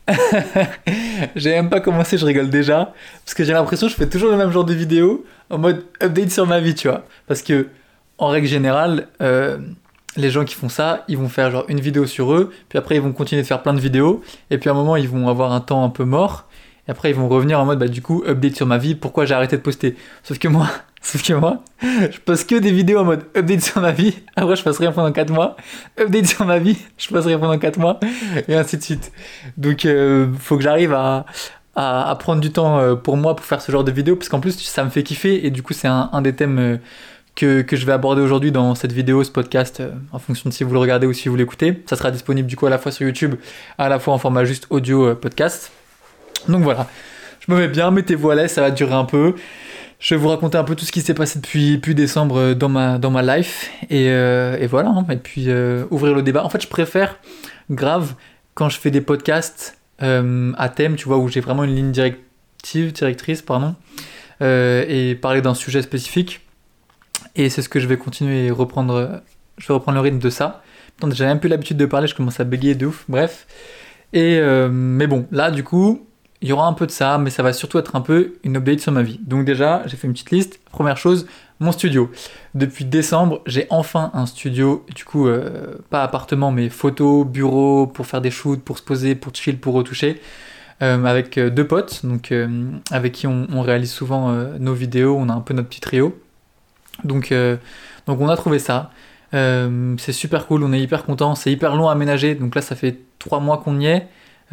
J'ai même pas commencé, je rigole déjà. Parce que j'ai l'impression que je fais toujours le même genre de vidéo en mode update sur ma vie, tu vois. Parce que, en règle générale, les gens qui font ça, ils vont faire genre une vidéo sur eux, puis après ils vont continuer de faire plein de vidéos, et puis à un moment ils vont avoir un temps un peu mort, et après ils vont revenir en mode bah du coup update sur ma vie, pourquoi j'ai arrêté de poster. Sauf que moi, sauf que moi, je poste que des vidéos en mode update sur ma vie, après je passe rien pendant 4 mois, update sur ma vie, je passe rien pendant 4 mois, et ainsi de suite. Donc faut que j'arrive à prendre du temps pour moi pour faire ce genre de vidéos, parce qu'en plus ça me fait kiffer, et du coup c'est un des thèmes que je vais aborder aujourd'hui dans cette vidéo, ce podcast, en fonction de si vous le regardez ou si vous l'écoutez. Ça sera disponible du coup à la fois sur YouTube, à la fois en format juste audio podcast. Donc voilà, je me mets bien, mettez-vous à l'aise, ça va durer un peu. Je vais vous raconter un peu tout ce qui s'est passé depuis décembre dans ma life. Et voilà, hein. Et puis ouvrir le débat. En fait, je préfère grave quand je fais des podcasts à thème, tu vois, où j'ai vraiment une ligne directrice, pardon, et parler d'un sujet spécifique. Et c'est ce que je vais continuer et reprendre. Je vais reprendre le rythme de ça. Putain, j'avais même plus l'habitude de parler, je commence à bégayer de ouf. Bref. Mais bon, là, du coup, il y aura un peu de ça, mais ça va surtout être un peu une update sur ma vie. Donc déjà, j'ai fait une petite liste. Première chose, mon studio. Depuis décembre, j'ai enfin un studio. Du coup, pas appartement, mais photo, bureau, pour faire des shoots, pour se poser, pour chill, pour retoucher. Avec deux potes, donc avec qui on réalise souvent nos vidéos. On a un peu notre petit trio. Donc on a trouvé ça. C'est super cool, on est hyper content. C'est hyper long à aménager. Donc là, ça fait 3 mois qu'on y est.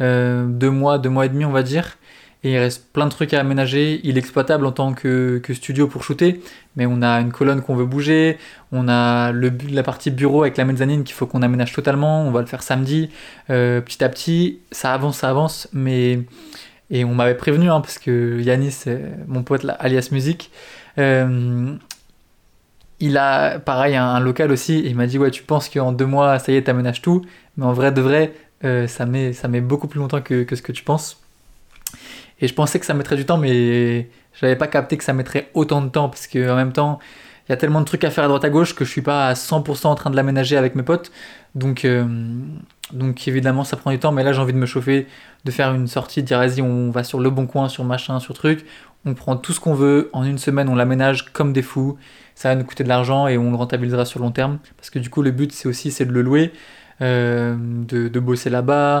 2 mois et demi, on va dire. Et il reste plein de trucs à aménager. Il est exploitable en tant que studio pour shooter. Mais on a une colonne qu'on veut bouger. On a la partie bureau avec la mezzanine qu'il faut qu'on aménage totalement. On va le faire samedi. Petit à petit, ça avance. Et on m'avait prévenu, hein, parce que Yanis, mon pote là, alias Musique, il a pareil un local aussi, et il m'a dit ouais, tu penses qu'en 2 mois ça y est t'aménages tout, mais en vrai de vrai ça met beaucoup plus longtemps que ce que tu penses. Et je pensais que ça mettrait du temps, mais j'avais pas capté que ça mettrait autant de temps, parce que en même temps il y a tellement de trucs à faire à droite à gauche que je suis pas à 100% en train de l'aménager avec mes potes. Donc, euh, donc évidemment ça prend du temps, mais là j'ai envie de me chauffer, de faire une sortie, de dire vas-y on va sur le bon coin, sur machin, sur truc, on prend tout ce qu'on veut, en une semaine on l'aménage comme des fous, ça va nous coûter de l'argent et on le rentabilisera sur le long terme, parce que du coup le but c'est de le louer, de bosser là-bas,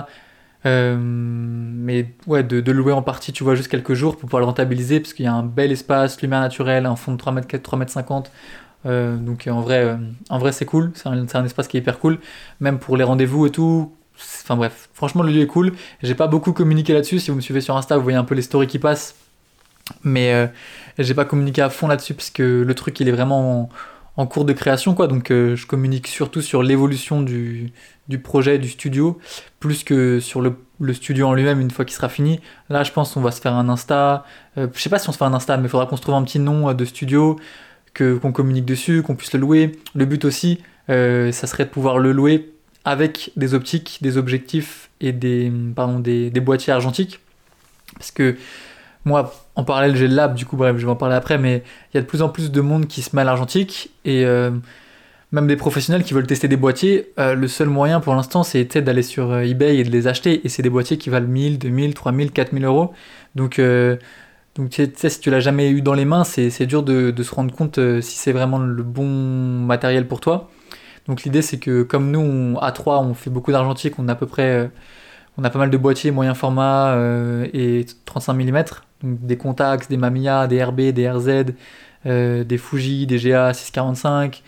mais ouais, de louer en partie, tu vois, juste quelques jours pour pouvoir le rentabiliser, parce qu'il y a un bel espace, lumière naturelle, un fond de 3 mètres, 3 mètres 50. Donc en vrai c'est cool, c'est un espace qui est hyper cool, même pour les rendez-vous et tout. Enfin bref, franchement le lieu est cool. J'ai pas beaucoup communiqué là-dessus, si vous me suivez sur Insta vous voyez un peu les stories qui passent, mais j'ai pas communiqué à fond là-dessus parce que le truc il est vraiment en cours de création, quoi. Donc je communique surtout sur l'évolution du projet, du studio, plus que sur le studio en lui-même une fois qu'il sera fini. Là je pense qu'on va se faire un Insta, je sais pas si on se fait un Insta, mais il faudra qu'on se trouve un petit nom de studio, qu'on communique dessus, qu'on puisse le louer. Le but aussi, ça serait de pouvoir le louer avec des optiques, des objectifs et des boîtiers argentiques. Parce que moi, en parallèle, j'ai le lab, du coup, bref, je vais en parler après, mais il y a de plus en plus de monde qui se met à l'argentique, et même des professionnels qui veulent tester des boîtiers. Le seul moyen pour l'instant, c'est d'aller sur eBay et de les acheter, et c'est des boîtiers qui valent 1000, 2000, 3000, 4000 euros. Donc, donc tu sais, si tu l'as jamais eu dans les mains, c'est dur de se rendre compte si c'est vraiment le bon matériel pour toi. Donc l'idée, c'est que comme nous, à 3, on fait beaucoup d'argentique, on a à peu près... on a pas mal de boîtiers moyen format et 35 mm, donc des Contax, des Mamiya, des RB, des RZ, des Fuji, des GA 645,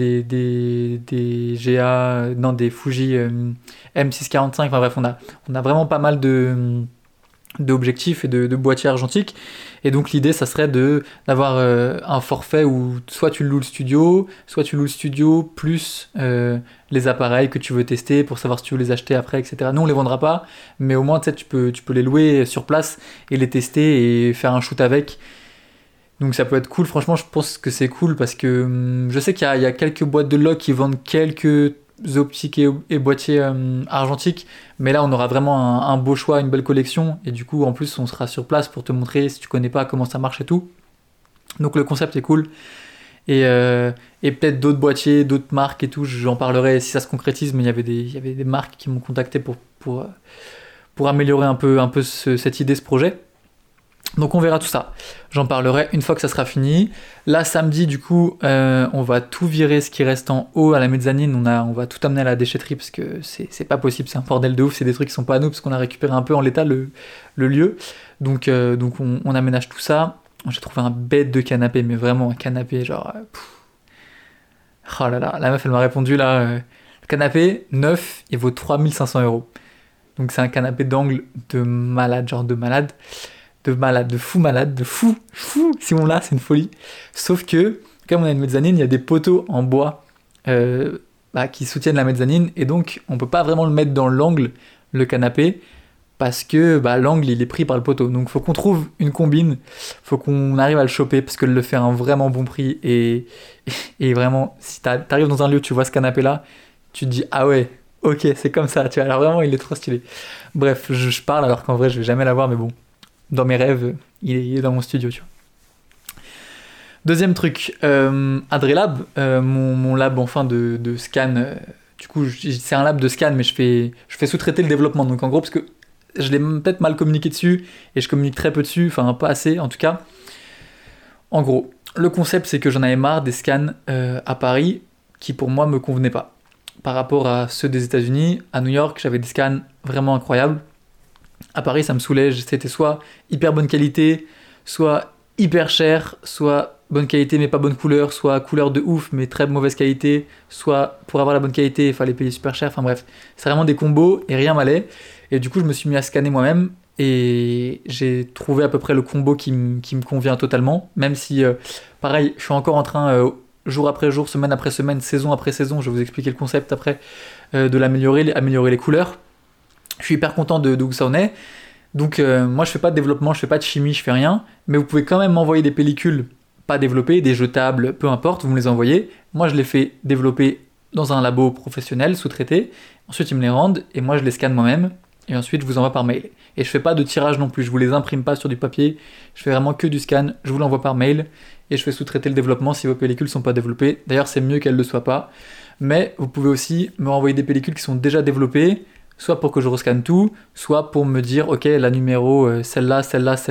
des GA, non des Fuji M645, enfin bref, on a vraiment pas mal d'objectifs et de boîtiers argentiques. Et donc l'idée ça serait d'avoir un forfait où soit tu loues le studio, soit tu loues le studio plus les appareils que tu veux tester pour savoir si tu veux les acheter après, etc. Nous on les vendra pas, mais au moins tu peux les louer sur place et les tester et faire un shoot avec. Donc ça peut être cool, franchement je pense que c'est cool, parce que je sais qu'il y a quelques boîtes de log qui vendent quelques optiques et boîtiers argentiques, mais là on aura vraiment un beau choix, une belle collection, et du coup en plus on sera sur place pour te montrer si tu connais pas comment ça marche et tout. Donc le concept est cool, et peut-être d'autres boîtiers, d'autres marques et tout, j'en parlerai si ça se concrétise, mais il y avait des marques qui m'ont contacté pour pour améliorer un peu cette idée, ce projet. Donc on verra tout ça. J'en parlerai une fois que ça sera fini. Là, samedi, du coup, on va tout virer ce qui reste en haut à la mezzanine. On va tout amener à la déchetterie parce que c'est pas possible, c'est un bordel de ouf. C'est des trucs qui sont pas à nous parce qu'on a récupéré un peu en l'état le lieu. Donc on aménage tout ça. J'ai trouvé un bête de canapé, mais vraiment un canapé genre... Oh là là, la meuf elle m'a répondu là, le canapé neuf, il vaut 3500 €. Donc c'est un canapé d'angle de malade, genre de malade. De fou malade, de fou, si on l'a, c'est une folie. Sauf que, comme on a une mezzanine, il y a des poteaux en bois qui soutiennent la mezzanine, et donc on peut pas vraiment le mettre dans l'angle, le canapé, parce que l'angle il est pris par le poteau. Donc faut qu'on trouve une combine, faut qu'on arrive à le choper, parce que le fait à un vraiment bon prix, et vraiment, si t'arrives dans un lieu, tu vois ce canapé là, tu te dis ah ouais, ok, c'est comme ça, tu vois, alors vraiment il est trop stylé. Bref, je parle alors qu'en vrai je vais jamais l'avoir, mais bon. Dans mes rêves, il est dans mon studio, tu vois. Deuxième truc, Adrelab, mon lab enfin de scan. Du coup, c'est un lab de scan, mais je fais sous-traiter le développement. Donc en gros, parce que je l'ai peut-être mal communiqué dessus, et je communique très peu dessus, enfin pas assez en tout cas. En gros, le concept c'est que j'en avais marre des scans à Paris qui pour moi me convenaient pas. Par rapport à ceux des États-Unis, à New York, j'avais des scans vraiment incroyables. À Paris, ça me saoulait, c'était soit hyper bonne qualité, soit hyper cher, soit bonne qualité mais pas bonne couleur, soit couleur de ouf mais très mauvaise qualité, soit pour avoir la bonne qualité, il fallait payer super cher, enfin bref. C'est vraiment des combos et rien m'allait. Et du coup, je me suis mis à scanner moi-même et j'ai trouvé à peu près le combo qui me convient totalement, même si, pareil, je suis encore en train, jour après jour, semaine après semaine, saison après saison, je vais vous expliquer le concept après, de l'améliorer, améliorer les couleurs. Je suis hyper content de où ça en est. Donc moi je fais pas de développement, je fais pas de chimie, je fais rien. Mais vous pouvez quand même m'envoyer des pellicules pas développées, des jetables, peu importe, vous me les envoyez. Moi je les fais développer dans un labo professionnel, sous-traité. Ensuite ils me les rendent et moi je les scanne moi-même. Et ensuite je vous envoie par mail. Et je fais pas de tirage non plus, je vous les imprime pas sur du papier. Je fais vraiment que du scan, je vous l'envoie par mail. Et je fais sous-traiter le développement si vos pellicules sont pas développées. D'ailleurs c'est mieux qu'elles ne le soient pas. Mais vous pouvez aussi me renvoyer des pellicules qui sont déjà développées, soit pour que je rescanne tout, soit pour me dire ok la numéro celle-là,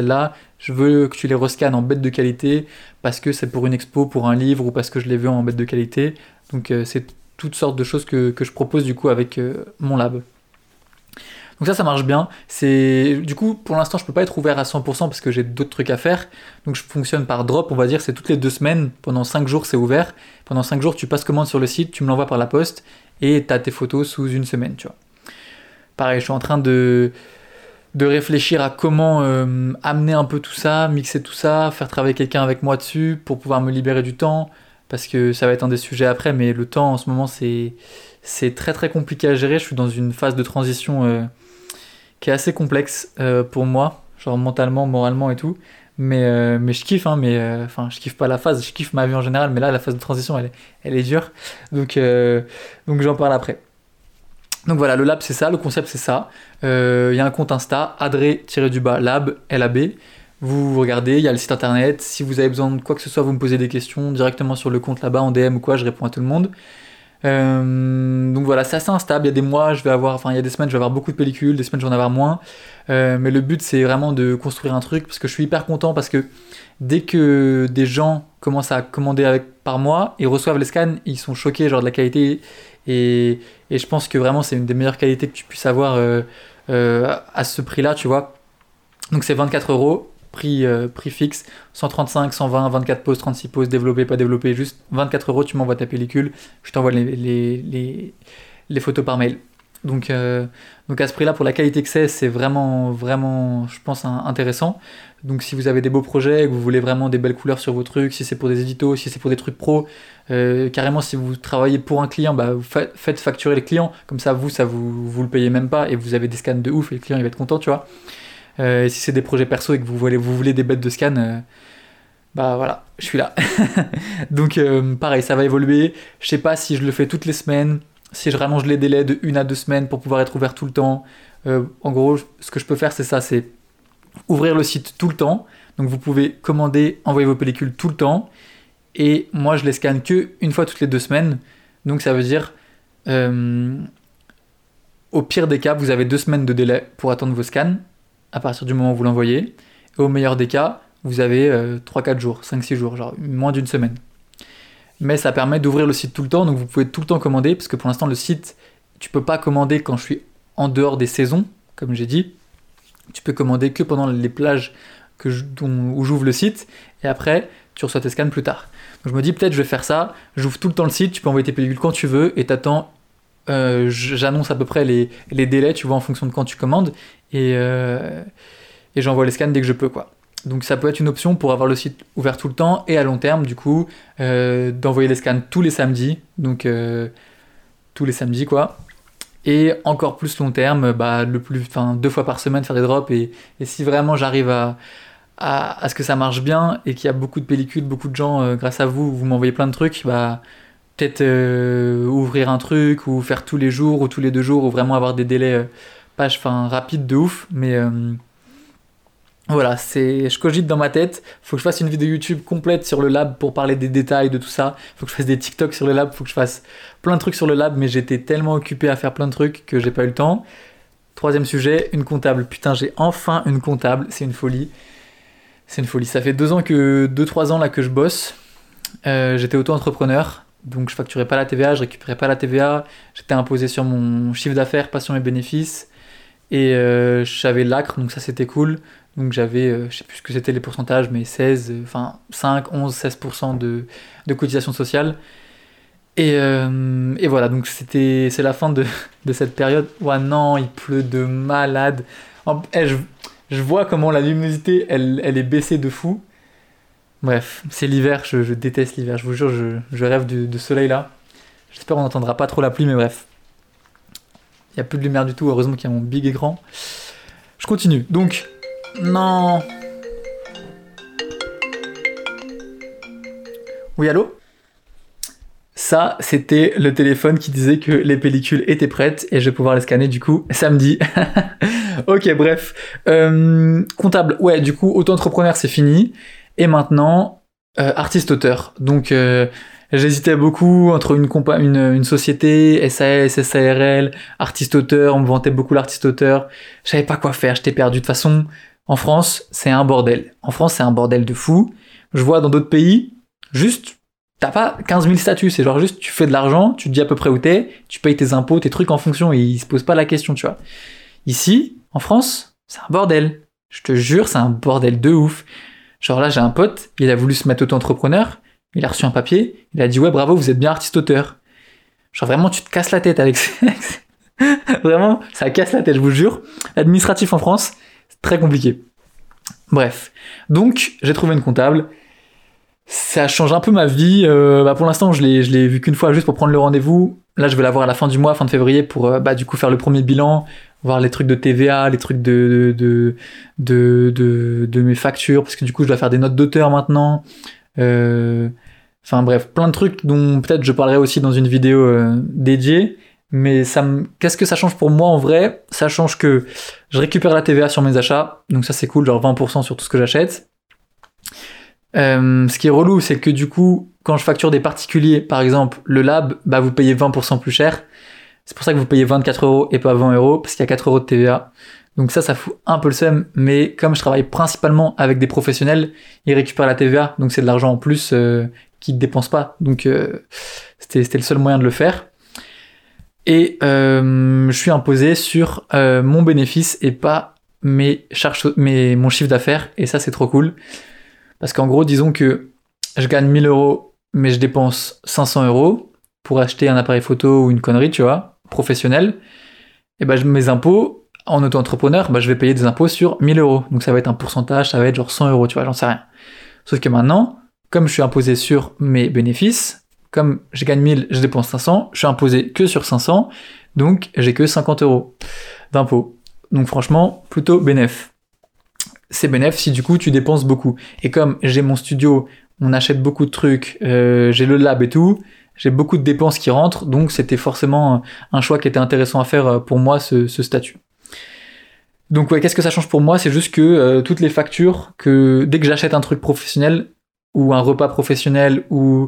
je veux que tu les rescannes en bête de qualité parce que c'est pour une expo, pour un livre ou parce que je les veux en bête de qualité. Donc c'est toutes sortes de choses que je propose du coup avec mon lab. Donc ça marche bien. Du coup pour l'instant je peux pas être ouvert à 100% parce que j'ai d'autres trucs à faire. Donc je fonctionne par drop, on va dire c'est toutes les 2 semaines, pendant 5 jours c'est ouvert. Pendant 5 jours tu passes commande sur le site, tu me l'envoies par la poste et t'as tes photos sous une semaine, tu vois. Pareil, je suis en train de réfléchir à comment amener un peu tout ça, mixer tout ça, faire travailler quelqu'un avec moi dessus pour pouvoir me libérer du temps, parce que ça va être un des sujets après, mais le temps en ce moment c'est très très compliqué à gérer. Je suis dans une phase de transition qui est assez complexe pour moi, genre mentalement, moralement et tout. Mais je kiffe, hein, enfin je kiffe pas la phase, je kiffe ma vie en général, mais là la phase de transition elle est dure, donc j'en parle après. Donc voilà, le lab c'est ça, le concept c'est ça. Y a un compte Insta, adré-lab, LAB. Vous regardez, il y a le site internet. Si vous avez besoin de quoi que ce soit, vous me posez des questions directement sur le compte là-bas, en DM ou quoi, je réponds à tout le monde. Donc voilà, c'est assez instable. Il y a des mois, il y a des semaines, je vais avoir beaucoup de pellicules, des semaines, je vais en avoir moins. Mais le but c'est vraiment de construire un truc parce que je suis hyper content parce que dès que des gens commencent à commander par mois, ils reçoivent les scans, ils sont choqués genre de la qualité et je pense que vraiment c'est une des meilleures qualités que tu puisses avoir à ce prix-là, tu vois. Donc c'est 24€, prix fixe, 135, 120, 24 poses, 36 poses, développé, pas développé, juste 24€, tu m'envoies ta pellicule, je t'envoie les photos par mail. Donc à ce prix-là, pour la qualité que c'est vraiment, vraiment, je pense, intéressant. Donc si vous avez des beaux projets, que vous voulez vraiment des belles couleurs sur vos trucs, si c'est pour des éditos, si c'est pour des trucs pro, carrément si vous travaillez pour un client, vous faites facturer les clients, comme ça vous le payez même pas et vous avez des scans de ouf et le client il va être content, tu vois. Et si c'est des projets perso et que vous voulez des bêtes de scan, voilà, je suis là. Donc pareil, ça va évoluer. Je sais pas si je le fais toutes les semaines, si je rallonge les délais de 1 à 2 semaines pour pouvoir être ouvert tout le temps. En gros, ce que je peux faire, c'est ça, c'est ouvrir le site tout le temps. Donc vous pouvez commander, envoyer vos pellicules tout le temps. Et moi, je les scanne que une fois toutes les 2 semaines. Donc ça veut dire, au au pire des cas, vous avez 2 semaines de délai pour attendre vos scans à partir du moment où vous l'envoyez. Et au meilleur des cas, vous avez 3-4 jours, 5-6 jours, genre moins d'une semaine. Mais ça permet d'ouvrir le site tout le temps, donc vous pouvez tout le temps commander, parce que pour l'instant, le site, tu peux pas commander quand je suis en dehors des saisons, comme j'ai dit. Tu peux commander que pendant les plages où j'ouvre le site, et après, tu reçois tes scans plus tard. Donc je me dis, peut-être je vais faire ça, j'ouvre tout le temps le site, tu peux envoyer tes pellicules quand tu veux, et t'attends, j'annonce à peu près les délais, tu vois, en fonction de quand tu commandes, et j'envoie les scans dès que je peux, quoi. Donc ça peut être une option pour avoir le site ouvert tout le temps, et à long terme, du coup, d'envoyer les scans tous les samedis, donc tous les samedis, quoi. Et encore plus long terme, 2 fois par semaine faire des drops, et si vraiment j'arrive à ce que ça marche bien et qu'il y a beaucoup de pellicules, beaucoup de gens, grâce à vous, vous m'envoyez plein de trucs, peut-être ouvrir un truc ou faire tous les jours ou tous les 2 jours ou vraiment avoir des délais rapides de ouf. Mais voilà, je cogite dans ma tête. Faut que je fasse une vidéo YouTube complète sur le lab pour parler des détails de tout ça. Faut que je fasse des TikTok sur le lab, faut que je fasse plein de trucs sur le lab, mais j'étais tellement occupé à faire plein de trucs que j'ai pas eu le temps. 3e sujet, une comptable. Putain, j'ai enfin une comptable, c'est une folie. C'est une folie. Ça fait 2-3 ans là que je bosse. J'étais auto-entrepreneur, donc je facturais pas la TVA, je récupérais pas la TVA. J'étais imposé sur mon chiffre d'affaires, pas sur mes bénéfices. Et j'avais l'ACRE, donc ça c'était cool. Donc j'avais, je sais plus ce que c'était les pourcentages, mais 5, 11, 16% de cotisation sociale. Et voilà, donc c'est la fin de cette période. Ouais, non, il pleut de malade. Je vois comment la luminosité, elle est baissée de fou. Bref, c'est l'hiver, je déteste l'hiver, je vous jure, je rêve de soleil là. J'espère qu'on n'entendra pas trop la pluie, mais bref. Il n'y a plus de lumière du tout, heureusement qu'il y a mon big écran. Je continue, donc... Non. Oui, allô ? Ça, c'était le téléphone qui disait que les pellicules étaient prêtes et je vais pouvoir les scanner du coup samedi. Ok, bref. Comptable, ouais, du coup, auto-entrepreneur, c'est fini. Et maintenant, artiste-auteur. Donc, j'hésitais beaucoup entre une société, SAS, SARL, artiste-auteur. On me vantait beaucoup l'artiste-auteur. Je savais pas quoi faire, j'étais perdu. De toute façon, en France, c'est un bordel. En France, c'est un bordel de fou. Je vois dans d'autres pays, juste, t'as pas 15 000 statuts. C'est genre juste, tu fais de l'argent, tu te dis à peu près où t'es, tu payes tes impôts, tes trucs en fonction, et ils se posent pas la question, tu vois. Ici, en France, c'est un bordel. Je te jure, c'est un bordel de ouf. Genre là, j'ai un pote, il a voulu se mettre auto-entrepreneur, il a reçu un papier, il a dit « Ouais, bravo, vous êtes bien artiste-auteur ». Genre vraiment, tu te casses la tête avec Vraiment, ça casse la tête, je vous jure. L'administratif en France, c'est très compliqué. Bref, donc j'ai trouvé une comptable. Ça change un peu ma vie. Pour l'instant, je l'ai vu qu'une fois juste pour prendre le rendez-vous. Là, je vais la voir à la fin du mois, fin de février, pour du coup faire le premier bilan, voir les trucs de TVA, les trucs de mes factures, parce que du coup, je dois faire des notes d'auteur maintenant. Enfin bref, plein de trucs dont peut-être je parlerai aussi dans une vidéo dédiée. Mais qu'est-ce que ça change pour moi en vrai ? Ça change que je récupère la TVA sur mes achats, donc ça c'est cool, genre 20% sur tout ce que j'achète. Ce qui est relou, c'est que du coup, quand je facture des particuliers, par exemple le lab, vous payez 20% plus cher. C'est pour ça que vous payez 24 € et pas 20 €, parce qu'il y a 4 € de TVA. Donc ça fout un peu le seum, mais comme je travaille principalement avec des professionnels, ils récupèrent la TVA, donc c'est de l'argent en plus qu'ils ne dépensent pas. Donc c'était le seul moyen de le faire. Et je suis imposé sur mon bénéfice et pas mon chiffre d'affaires, et ça c'est trop cool. Parce qu'en gros, disons que je gagne 1 000 €, mais je dépense 500 € pour acheter un appareil photo ou une connerie, tu vois, professionnel. Et mes impôts, en auto-entrepreneur, je vais payer des impôts sur 1 000 €. Donc ça va être un pourcentage, ça va être genre 100 €, tu vois, j'en sais rien. Sauf que maintenant, comme je suis imposé sur mes bénéfices, comme je gagne 1000, je dépense 500, je suis imposé que sur 500, donc j'ai que 50 € d'impôts. Donc franchement, plutôt bénéf. C'est bénéf si du coup tu dépenses beaucoup. Et comme j'ai mon studio, on achète beaucoup de trucs, j'ai le lab et tout, j'ai beaucoup de dépenses qui rentrent, donc c'était forcément un choix qui était intéressant à faire pour moi, ce statut. Donc ouais, qu'est-ce que ça change pour moi ? C'est juste que toutes les factures, dès que j'achète un truc professionnel, ou un repas professionnel, ou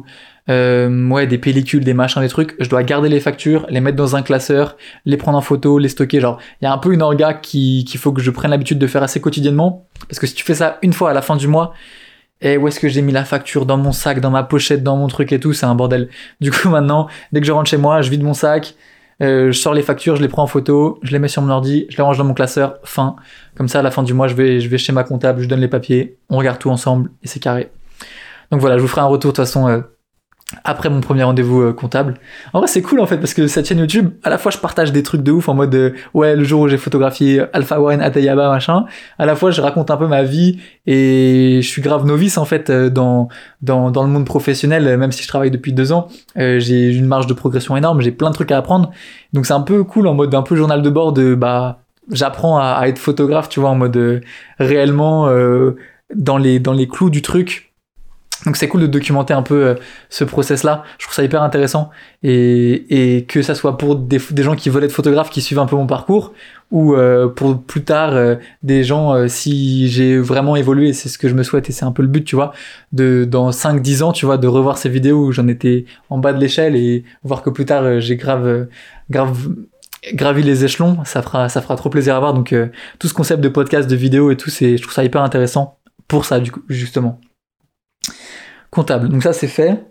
ouais, des pellicules, des machins, des trucs, je dois garder les factures, les mettre dans un classeur, les prendre en photo, les stocker. Genre, il y a un peu une orga qu'il faut que je prenne l'habitude de faire assez quotidiennement. Parce que si tu fais ça une fois à la fin du mois, et où est-ce que j'ai mis la facture, dans mon sac, dans ma pochette, dans mon truc et tout, c'est un bordel. Du coup, maintenant, dès que je rentre chez moi, je vide mon sac, je sors les factures, je les prends en photo, je les mets sur mon ordi, je les range dans mon classeur, fin. Comme ça, à la fin du mois, je vais chez ma comptable, je donne les papiers, on regarde tout ensemble et c'est carré. Donc voilà, je vous ferai un retour de toute façon après mon premier rendez-vous comptable. En vrai, c'est cool en fait parce que cette chaîne YouTube, à la fois je partage des trucs de ouf en mode ouais, le jour où j'ai photographié Alpha One Atayaba machin, à la fois je raconte un peu ma vie et je suis grave novice en fait dans le monde professionnel, même si je travaille depuis 2 ans, j'ai une marge de progression énorme, j'ai plein de trucs à apprendre. Donc c'est un peu cool en mode un peu journal de bord de bah j'apprends à être photographe, tu vois, en mode réellement dans les clous du truc. Donc c'est cool de documenter un peu ce process-là. Je trouve ça hyper intéressant et que ça soit pour des gens qui veulent être photographes, qui suivent un peu mon parcours, ou pour plus tard des gens si j'ai vraiment évolué, c'est ce que je me souhaite et c'est un peu le but, tu vois, dans 5-10 ans, tu vois, de revoir ces vidéos où j'en étais en bas de l'échelle et voir que plus tard j'ai grave gravi les échelons, ça fera trop plaisir à voir. Donc tout ce concept de podcast, de vidéo et tout, je trouve ça hyper intéressant pour ça, du coup, justement. Comptable, donc ça c'est fait.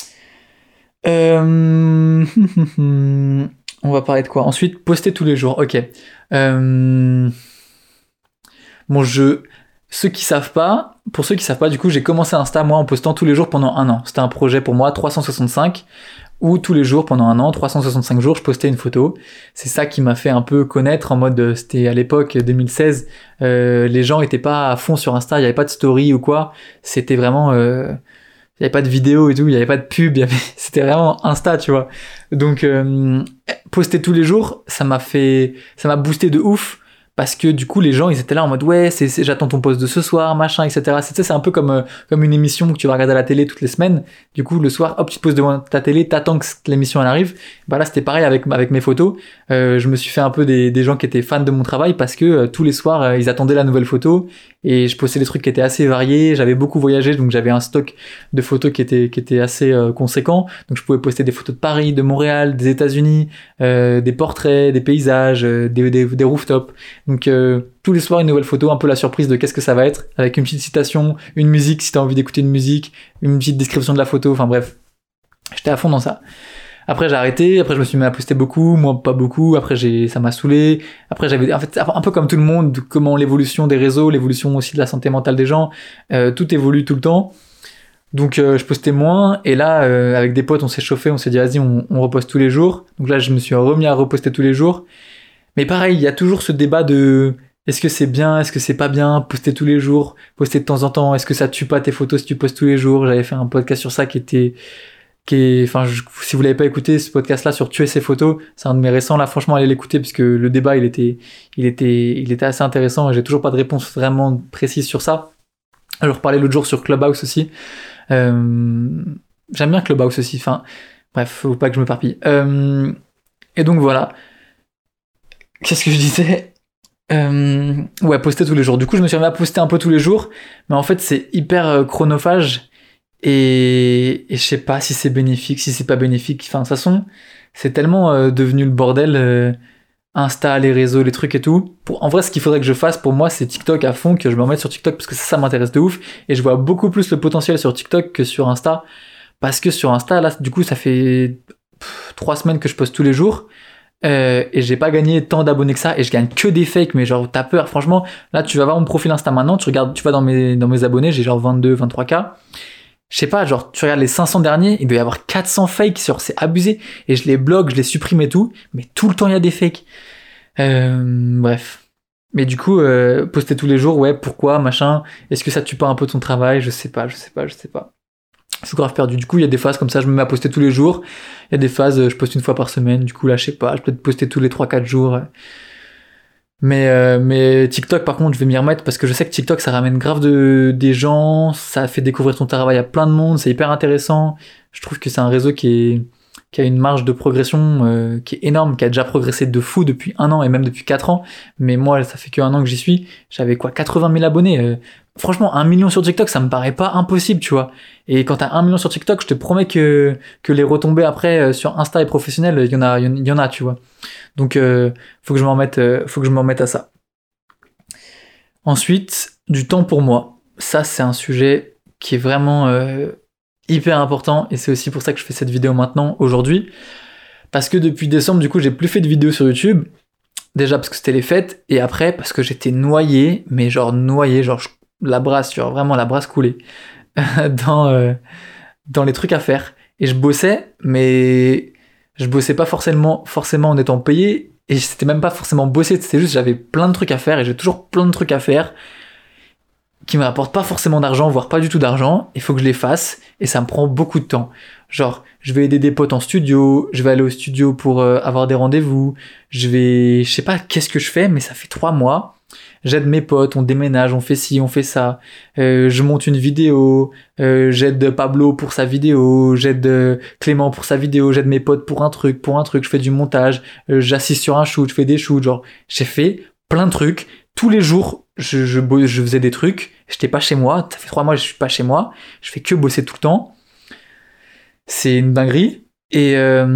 On va parler de quoi ensuite? Poster tous les jours, ok. Pour ceux qui savent pas, du coup j'ai commencé Insta moi en postant tous les jours pendant 1 an. C'était un projet pour moi, 365, où tous les jours pendant 1 an, 365 jours, je postais une photo. C'est ça qui m'a fait un peu connaître en mode, c'était à l'époque 2016, les gens étaient pas à fond sur Insta, il y avait pas de story ou quoi, c'était vraiment... il y avait pas de vidéo et tout, il y avait pas de pub, c'était vraiment Insta, tu vois. Donc poster tous les jours, ça m'a boosté de ouf parce que du coup les gens ils étaient là en mode ouais, j'attends ton post de ce soir, machin, etc. C'est un peu comme une émission que tu vas regarder à la télé toutes les semaines. Du coup le soir, hop, tu te poses devant ta télé, t'attends que l'émission elle arrive. Bah là c'était pareil avec mes photos. Je me suis fait un peu des gens qui étaient fans de mon travail parce que tous les soirs ils attendaient la nouvelle photo et je postais des trucs qui étaient assez variés. J'avais beaucoup voyagé, donc j'avais un stock de photos qui était assez conséquent. Donc je pouvais poster des photos de Paris, de Montréal, des États-Unis, des portraits, des paysages, des rooftops. Donc tous les soirs une nouvelle photo, un peu la surprise de qu'est-ce que ça va être, avec une petite citation, une musique si t'as envie d'écouter une musique, une petite description de la photo, enfin bref. J'étais à fond dans ça. Après j'ai arrêté, après je me suis mis à poster beaucoup, moi pas beaucoup, après ça m'a saoulé. Après j'avais en fait un peu comme tout le monde, comment l'évolution des réseaux, l'évolution aussi de la santé mentale des gens, tout évolue tout le temps. Donc je postais moins et là avec des potes on s'est chauffé, on s'est dit vas-y on reposte tous les jours. Donc là je me suis remis à reposter tous les jours. Mais pareil, il y a toujours ce débat de est-ce que c'est bien, est-ce que c'est pas bien, poster tous les jours, poster de temps en temps, est-ce que ça tue pas tes photos si tu postes tous les jours. J'avais fait un podcast sur ça si vous l'avez pas écouté, ce podcast-là sur tuer ses photos, c'est un de mes récents, là, franchement, allez l'écouter, puisque le débat, il était assez intéressant, et j'ai toujours pas de réponse vraiment précise sur ça. Je reparlais l'autre jour sur Clubhouse aussi. J'aime bien Clubhouse aussi, enfin, bref, faut pas que je me m'éparpille. Et donc voilà. Qu'est-ce que je disais? Ouais, poster tous les jours. Du coup, je me suis remis à poster un peu tous les jours, mais en fait, c'est hyper chronophage. Et je sais pas si c'est bénéfique, si c'est pas bénéfique. Enfin, de toute façon, c'est tellement devenu le bordel, Insta, les réseaux, les trucs et tout. En vrai, ce qu'il faudrait que je fasse pour moi, c'est TikTok à fond, que je me remette sur TikTok parce que ça m'intéresse de ouf. Et je vois beaucoup plus le potentiel sur TikTok que sur Insta. Parce que sur Insta, là, du coup, ça fait 3 semaines que je poste tous les jours. Et j'ai pas gagné tant d'abonnés que ça et je gagne que des fakes, mais genre t'as peur. Franchement, là, tu vas voir mon profil Insta maintenant, tu vas dans mes abonnés, j'ai genre 23K. Je sais pas, genre, tu regardes les 500 derniers, il doit y avoir 400 fakes, c'est abusé. Et je les bloque, je les supprime et tout, mais tout le temps il y a des fakes. Bref. Mais du coup, poster tous les jours, ouais, pourquoi, machin. Est-ce que ça tue pas un peu ton travail? Je sais pas. Je suis grave perdu. Du coup, il y a des phases comme ça, je me mets à poster tous les jours. Il y a des phases, je poste une fois par semaine. Du coup, là, je sais pas, je peux peut-être poster tous les 3-4 jours. Mais TikTok, par contre, je vais m'y remettre parce que je sais que TikTok, ça ramène grave des gens, ça fait découvrir ton travail à plein de monde, c'est hyper intéressant. Je trouve que c'est un réseau qui a une marge de progression qui est énorme, qui a déjà progressé de fou depuis 1 an et même depuis 4 ans. Mais moi, ça fait que 1 an que j'y suis. J'avais 80 000 abonnés. franchement, 1 million sur TikTok, ça me paraît pas impossible, tu vois. Et quand t'as 1 million sur TikTok, je te promets que les retombées après sur Insta et professionnel, il y en a, tu vois. Donc, faut que je m'en remette à ça. Ensuite, du temps pour moi. Ça, c'est un sujet qui est vraiment hyper important, et c'est aussi pour ça que je fais cette vidéo maintenant, aujourd'hui. Parce que depuis décembre, du coup, j'ai plus fait de vidéos sur YouTube. Déjà parce que c'était les fêtes, et après parce que j'étais noyé, genre la brasse, genre vraiment la brasse coulée dans les trucs à faire. Et je bossais, mais je bossais pas forcément en étant payé, et c'était même pas forcément bosser, c'était juste j'avais plein de trucs à faire, et j'ai toujours plein de trucs à faire qui me rapportent pas forcément d'argent, voire pas du tout d'argent, il faut que je les fasse, et ça me prend beaucoup de temps. Genre, je vais aider des potes en studio, je vais aller au studio pour avoir des rendez-vous, je sais pas qu'est-ce que je fais, mais ça fait 3 mois, j'aide mes potes, on déménage, on fait ci, on fait ça, je monte une vidéo, j'aide Pablo pour sa vidéo, j'aide Clément pour sa vidéo, j'aide mes potes pour un truc, je fais du montage, j'assiste sur un shoot, je fais des shoots, genre, j'ai fait plein de trucs, tous les jours, je faisais des trucs, j'étais pas chez moi, ça fait 3 mois que je suis pas chez moi, je fais que bosser tout le temps, c'est une dinguerie, et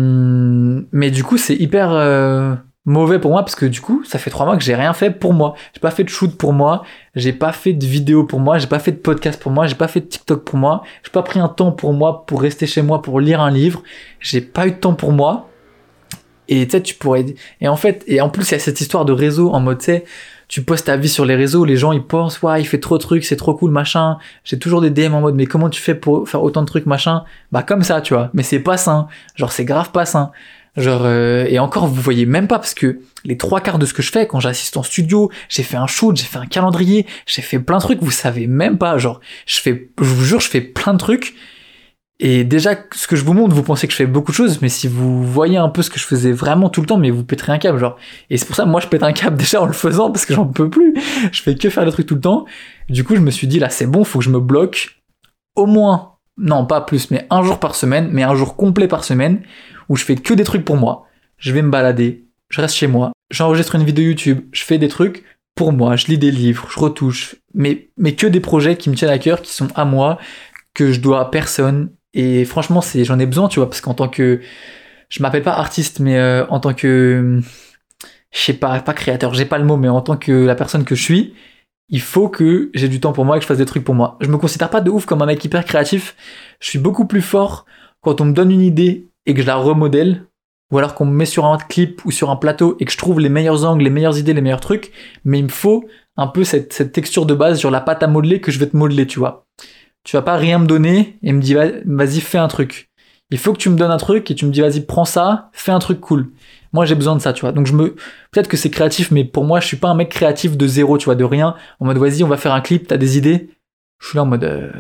mais du coup c'est hyper mauvais pour moi, parce que du coup ça fait 3 mois que j'ai rien fait pour moi, j'ai pas fait de shoot pour moi, j'ai pas fait de vidéo pour moi, j'ai pas fait de podcast pour moi, j'ai pas fait de TikTok pour moi, j'ai pas pris un temps pour moi, pour rester chez moi, pour lire un livre, j'ai pas eu de temps pour moi, et tu sais tu pourrais, et en plus il y a cette histoire de réseau en mode, tu sais, tu postes ta vie sur les réseaux, les gens ils pensent ouais il fait trop de trucs, c'est trop cool machin, j'ai toujours des DM en mode mais comment tu fais pour faire autant de trucs machin, bah comme ça tu vois, mais c'est pas sain, genre c'est grave pas sain, genre et encore vous voyez même pas, parce que les 3/4 de ce que je fais quand j'assiste en studio, j'ai fait un shoot, j'ai fait un calendrier, j'ai fait plein de trucs, vous savez même pas, genre je vous jure je fais plein de trucs. Et déjà, ce que je vous montre, vous pensez que je fais beaucoup de choses, mais si vous voyez un peu ce que je faisais vraiment tout le temps, mais vous péterez un câble, genre. Et c'est pour ça, moi, je pète un câble déjà en le faisant, parce que j'en peux plus. Je fais que faire le truc tout le temps. Du coup, je me suis dit, là, c'est bon, faut que je me bloque au moins, non, pas plus, mais un jour par semaine, mais un jour complet par semaine, où je fais que des trucs pour moi. Je vais me balader, je reste chez moi, j'enregistre une vidéo YouTube, je fais des trucs pour moi, je lis des livres, je retouche, mais que des projets qui me tiennent à cœur, qui sont à moi, que je dois à personne. Et franchement, j'en ai besoin, tu vois, parce qu'en tant que, je m'appelle pas artiste, mais en tant que, je sais pas créateur, j'ai pas le mot, mais en tant que la personne que je suis, il faut que j'ai du temps pour moi et que je fasse des trucs pour moi. Je me considère pas de ouf comme un mec hyper créatif, je suis beaucoup plus fort quand on me donne une idée et que je la remodèle, ou alors qu'on me met sur un clip ou sur un plateau et que je trouve les meilleurs angles, les meilleures idées, les meilleurs trucs, mais il me faut un peu cette texture de base sur la pâte à modeler que je vais te modeler, tu vois. Tu vas pas rien me donner et me dire vas-y fais un truc. Il faut que tu me donnes un truc et tu me dis vas-y prends ça, fais un truc cool. Moi j'ai besoin de ça, tu vois. Donc peut-être que c'est créatif, mais pour moi je suis pas un mec créatif de zéro, tu vois, de rien. En mode vas-y on va faire un clip, t'as des idées. Je suis là en mode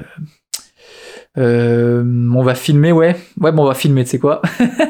on va filmer, ouais bon on va filmer, tu sais quoi.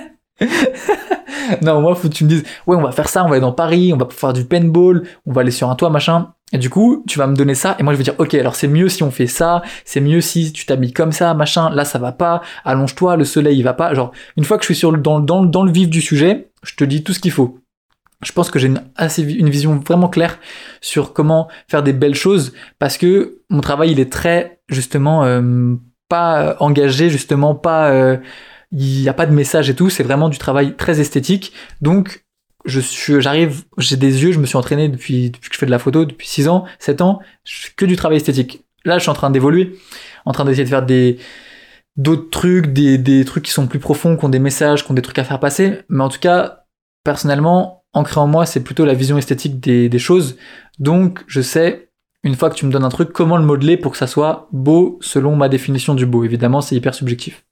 Non, moi faut que tu me dises ouais on va faire ça, on va aller dans Paris, on va faire du paintball, on va aller sur un toit machin. Et du coup, tu vas me donner ça, et moi je vais dire, ok, alors c'est mieux si on fait ça, c'est mieux si tu t'habilles comme ça, machin, là ça va pas, allonge-toi, le soleil il va pas, genre, une fois que je suis dans le vif du sujet, je te dis tout ce qu'il faut. Je pense que j'ai une vision vraiment claire sur comment faire des belles choses, parce que mon travail il est très, justement, pas engagé, justement, pas, il y a pas de message et tout, c'est vraiment du travail très esthétique, donc, j'ai des yeux, je me suis entraîné depuis que je fais de la photo, depuis 6 ans, 7 ans, je fais que du travail esthétique. Là, je suis en train d'évoluer, en train d'essayer de faire d'autres trucs, des trucs qui sont plus profonds, qui ont des messages, qui ont des trucs à faire passer, mais en tout cas, personnellement, ancré en moi, c'est plutôt la vision esthétique des choses, donc je sais, une fois que tu me donnes un truc, comment le modeler pour que ça soit beau selon ma définition du beau. Évidemment, c'est hyper subjectif.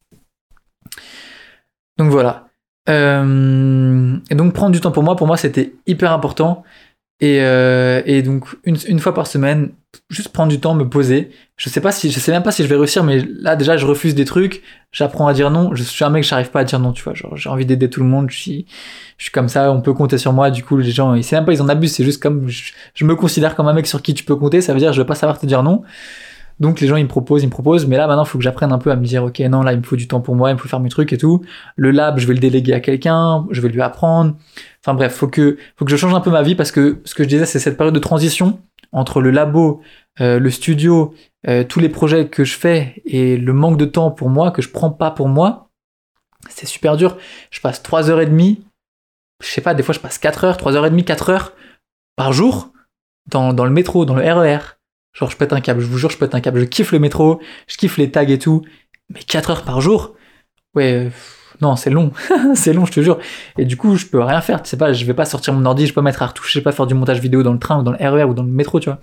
Donc voilà. Et donc prendre du temps pour moi c'était hyper important, et donc une fois par semaine juste prendre du temps, me poser. Je sais même pas si je vais réussir, mais là déjà je refuse des trucs, j'apprends à dire non, je suis un mec, j'arrive pas à dire non, tu vois, genre j'ai envie d'aider tout le monde, je suis comme ça, on peut compter sur moi, du coup les gens ils savent même pas, ils en abusent, c'est juste comme je me considère comme un mec sur qui tu peux compter, ça veut dire je vais pas savoir te dire non. Donc les gens ils me proposent, mais là maintenant il faut que j'apprenne un peu à me dire ok non là il me faut du temps pour moi, il me faut faire mes trucs et tout. Le lab je vais le déléguer à quelqu'un, je vais lui apprendre. Enfin bref, faut que je change un peu ma vie, parce que ce que je disais c'est cette période de transition entre le labo, le studio, tous les projets que je fais et le manque de temps pour moi, que je prends pas pour moi, c'est super dur. Je passe 3h30, je sais pas, des fois je passe 4h, 3h30, 4h par jour dans le métro, dans le RER. Genre je pète un câble, je vous jure je pète un câble. Je kiffe le métro, je kiffe les tags et tout, mais 4h par jour, ouais, non c'est long, c'est long je te jure. Et du coup je peux rien faire, tu sais pas, je vais pas sortir mon ordi, je peux pas mettre à retoucher, je vais pas faire du montage vidéo dans le train ou dans le RER ou dans le métro, tu vois.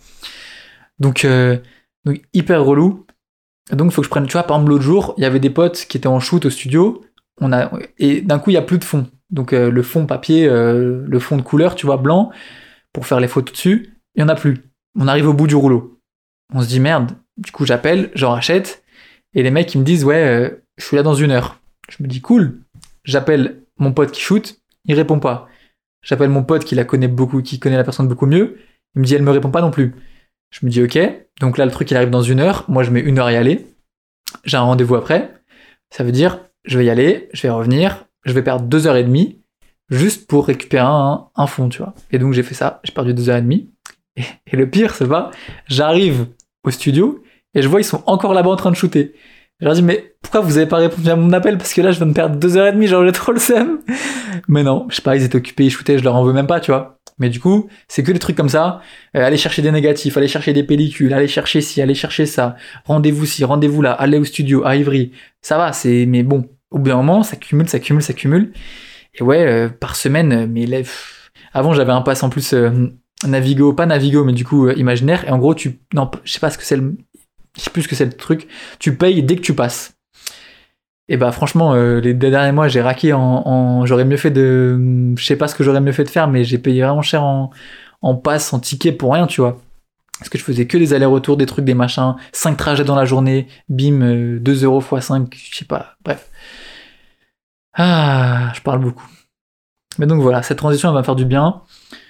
Donc hyper relou. Donc il faut que je prenne, tu vois, par exemple l'autre jour, il y avait des potes qui étaient en shoot au studio, et d'un coup il y a plus de fond. Donc le fond papier, le fond de couleur, tu vois, blanc, pour faire les photos dessus, il y en a plus. On arrive au bout du rouleau. On se dit merde, du coup j'appelle, j'en rachète, et les mecs ils me disent ouais, je suis là dans 1 heure. Je me dis cool, j'appelle mon pote qui shoot, il répond pas. J'appelle mon pote qui la connaît beaucoup, qui connaît la personne beaucoup mieux, il me dit elle me répond pas non plus. Je me dis ok, donc là le truc il arrive dans 1 heure, moi je mets 1 heure à y aller, j'ai un rendez-vous après, ça veut dire je vais y aller, je vais revenir, je vais perdre 2h30 juste pour récupérer un fond, tu vois. Et donc j'ai fait ça, j'ai perdu 2h30, et le pire c'est pas, j'arrive au studio et je vois ils sont encore là-bas en train de shooter. Je leur dis mais pourquoi vous avez pas répondu à mon appel parce que là je viens de perdre 2h30, genre j'ai trop le seum. Mais non, je sais pas, ils étaient occupés, ils shootaient, je leur en veux même pas, tu vois. Mais du coup, c'est que des trucs comme ça, aller chercher des négatifs, aller chercher des pellicules, aller chercher ci, aller chercher ça, rendez-vous ci, rendez-vous là, aller au studio, à Ivry, ça va, mais bon, au bout d'un moment, ça cumule, ça cumule, ça cumule, et ouais, par semaine, avant j'avais un pass en plus Navigo, pas Navigo, mais du coup imaginaire, et en gros, non, je sais pas ce que c'est je sais plus ce que c'est le truc, tu payes dès que tu passes. Et bah franchement, les 2 derniers mois, j'ai raqué j'aurais mieux fait je sais pas ce que j'aurais mieux fait de faire, mais j'ai payé vraiment cher en passe, en ticket pour rien, tu vois. Parce que je faisais que des allers-retours, des trucs, des machins, 5 trajets dans la journée, bim, 2 euros x 5, je sais pas, bref. Ah, je parle beaucoup. Mais donc voilà, cette transition, elle va faire du bien.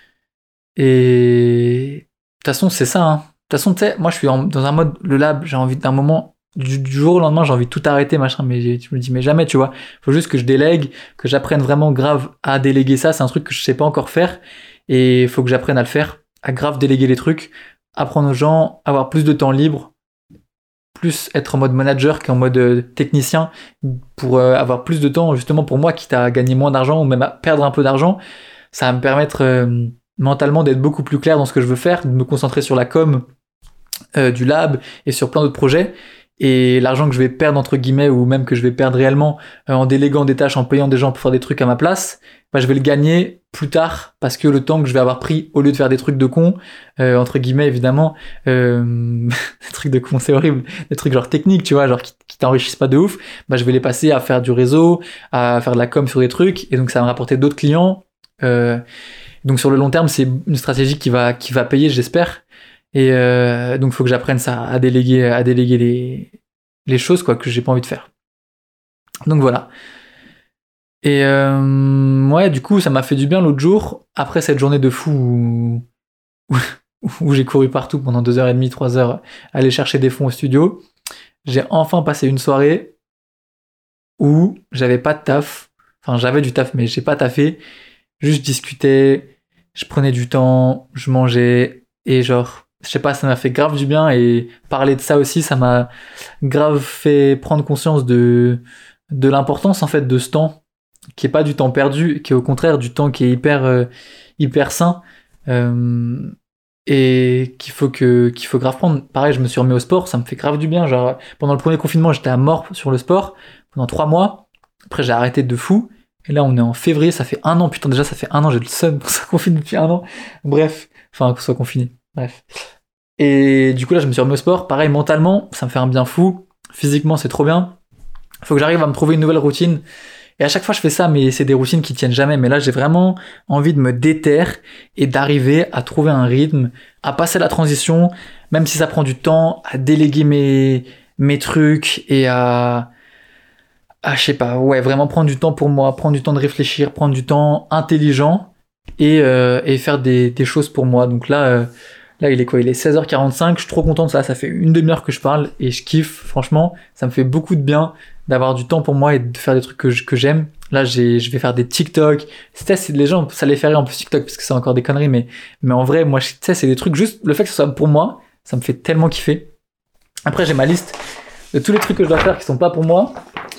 Et de toute façon, c'est ça, hein. De toute façon, tu sais, moi je suis dans un mode, le lab, j'ai envie d'un moment, du jour au lendemain, j'ai envie de tout arrêter, machin, mais je me dis, mais jamais, tu vois. Faut juste que je délègue, que j'apprenne vraiment grave à déléguer ça. C'est un truc que je sais pas encore faire. Et il faut que j'apprenne à le faire, à grave déléguer les trucs, apprendre aux gens, avoir plus de temps libre, plus être en mode manager qu'en mode technicien, pour avoir plus de temps, justement, pour moi, quitte à gagner moins d'argent ou même à perdre un peu d'argent. Ça va me permettre mentalement d'être beaucoup plus clair dans ce que je veux faire, de me concentrer sur la com du lab et sur plein d'autres projets. Et l'argent que je vais perdre entre guillemets ou même que je vais perdre réellement en déléguant des tâches, en payant des gens pour faire des trucs à ma place, bah, je vais le gagner plus tard parce que le temps que je vais avoir pris au lieu de faire des trucs de con, entre guillemets évidemment, des trucs de con c'est horrible, des trucs genre techniques tu vois, genre qui t'enrichissent pas de ouf, bah je vais les passer à faire du réseau, à faire de la com sur des trucs et donc ça va me rapporter d'autres clients. Donc sur le long terme c'est une stratégie qui va payer j'espère. Et donc faut que j'apprenne ça, à déléguer les choses quoi que j'ai pas envie de faire. Donc voilà. Et ouais, du coup ça m'a fait du bien l'autre jour après cette journée de fou où j'ai couru partout pendant 2h30, 3h, aller chercher des fonds au studio. J'ai enfin passé une soirée où j'avais pas de taf. Enfin j'avais du taf mais j'ai pas taffé. Juste discutais, je prenais du temps, je mangeais et genre je sais pas, ça m'a fait grave du bien et parler de ça aussi, ça m'a grave fait prendre conscience de l'importance en fait de ce temps, qui est pas du temps perdu, qui est au contraire du temps qui est hyper sain et qu'il faut grave prendre. Pareil, je me suis remis au sport, ça me fait grave du bien. Genre pendant le premier confinement, j'étais à mort sur le sport pendant 3 mois. Après, j'ai arrêté de fou. Et là, on est en février, ça fait 1 an. Putain, déjà, ça fait 1 an, j'ai le seum qu'on soit confiné depuis 1 an. Bref, enfin, qu'on soit confiné. Bref. Et du coup, là, je me suis remis au sport. Pareil, mentalement, ça me fait un bien fou. Physiquement, c'est trop bien. Faut que j'arrive à me trouver une nouvelle routine. Et à chaque fois, je fais ça, mais c'est des routines qui tiennent jamais. Mais là, j'ai vraiment envie de me déterre et d'arriver à trouver un rythme, à passer la transition, même si ça prend du temps, à déléguer mes trucs et je sais pas, ouais, vraiment prendre du temps pour moi, prendre du temps de réfléchir, prendre du temps intelligent et faire des choses pour moi. Donc là, il est quoi? Il est 16h45, je suis trop content de ça, ça fait 1 demi-heure que je parle et je kiffe, franchement, ça me fait beaucoup de bien d'avoir du temps pour moi et de faire des trucs que j'aime. Là, je vais faire des TikTok. C'est les gens, ça les fait rire en plus TikTok parce que c'est encore des conneries, mais en vrai, moi, tu sais, c'est des trucs juste, le fait que ce soit pour moi, Ça me fait tellement kiffer. Après, j'ai ma liste de tous les trucs que je dois faire qui sont pas pour moi,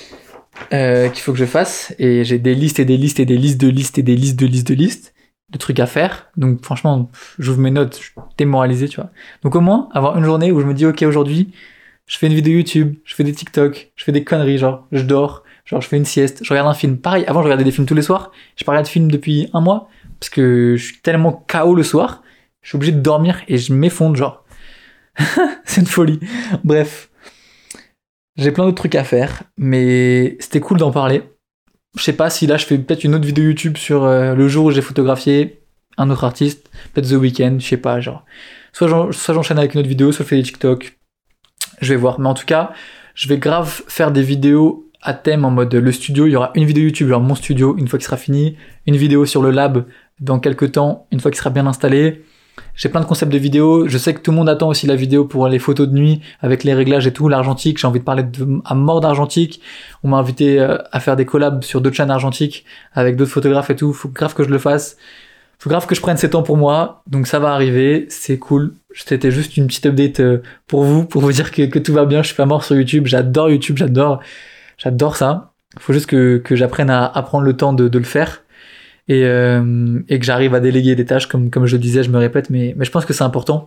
qu'il faut que je fasse. Et j'ai des listes et des listes et des listes de listes et des listes de listes de listes de trucs à faire. Donc franchement, j'ouvre mes notes, je suis démoralisé, tu vois. Donc au moins, avoir une journée où je me dis, ok, aujourd'hui, je fais une vidéo YouTube, je fais des TikTok, je fais des conneries, genre, je dors, genre, je fais une sieste, je regarde un film. Pareil, avant, je regardais des films tous les soirs. Je pas regardé de film depuis un mois, parce que je suis tellement KO le soir, je suis obligé de dormir et je m'effondre, genre. C'est une folie. Bref. J'ai plein d'autres trucs à faire, mais c'était cool d'en parler. Je sais pas si là je fais peut-être une autre vidéo YouTube sur le jour où j'ai photographié un autre artiste, peut-être The Weeknd, je sais pas, genre. Soit j'enchaîne avec une autre vidéo, soit je fais des TikTok. Je vais voir. Mais en tout cas, je vais grave faire des vidéos à thème en mode le studio. Il y aura une vidéo YouTube, genre mon studio, une fois qu'il sera fini. Une vidéo sur le lab dans quelques temps, une fois qu'il sera bien installé. J'ai plein de concepts de vidéos. Je sais que tout le monde attend aussi la vidéo pour les photos de nuit avec les réglages et tout, l'argentique. J'ai envie de parler à mort d'argentique. On m'a invité à faire des collabs sur d'autres chaînes argentiques avec d'autres photographes et tout. Faut grave que je le fasse. Faut grave que je prenne ces temps pour moi. Donc ça va arriver. C'est cool. C'était juste une petite update pour vous dire que tout va bien. Je suis pas mort sur YouTube. J'adore YouTube. J'adore ça. Faut juste que j'apprenne à prendre le temps de le faire. Et que j'arrive à déléguer des tâches comme je le disais, je me répète, mais je pense que c'est important.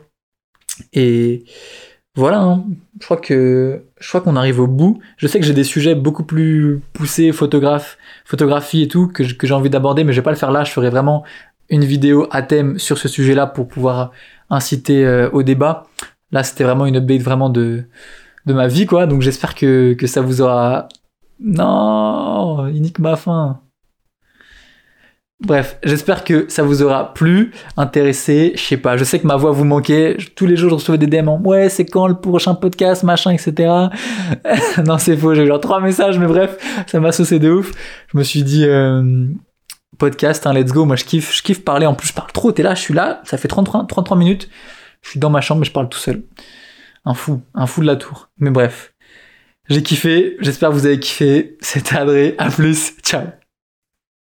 Et voilà, hein. Je crois qu'on arrive au bout. Je sais que j'ai des sujets beaucoup plus poussés, photographie et tout, que j'ai envie d'aborder, mais je vais pas le faire là. Je ferai vraiment une vidéo à thème sur ce sujet-là pour pouvoir inciter au débat. Là, c'était vraiment une update vraiment de ma vie, quoi. Donc j'espère que ça vous aura... Non, il nique ma fin. Bref, j'espère que ça vous aura plu, intéressé, je sais pas, je sais que ma voix vous manquait, tous les jours je recevais des DM en ouais, c'est quand le prochain podcast, machin, etc. Non, c'est faux, j'ai eu genre 3 messages, mais bref, ça m'a saucé de ouf. Je me suis dit, podcast, hein, let's go, moi je kiffe parler, en plus je parle trop, t'es là, je suis là, ça fait 33 minutes, je suis dans ma chambre et je parle tout seul. Un fou de la tour. Mais bref, j'ai kiffé, j'espère que vous avez kiffé, c'était Adré, à plus, ciao.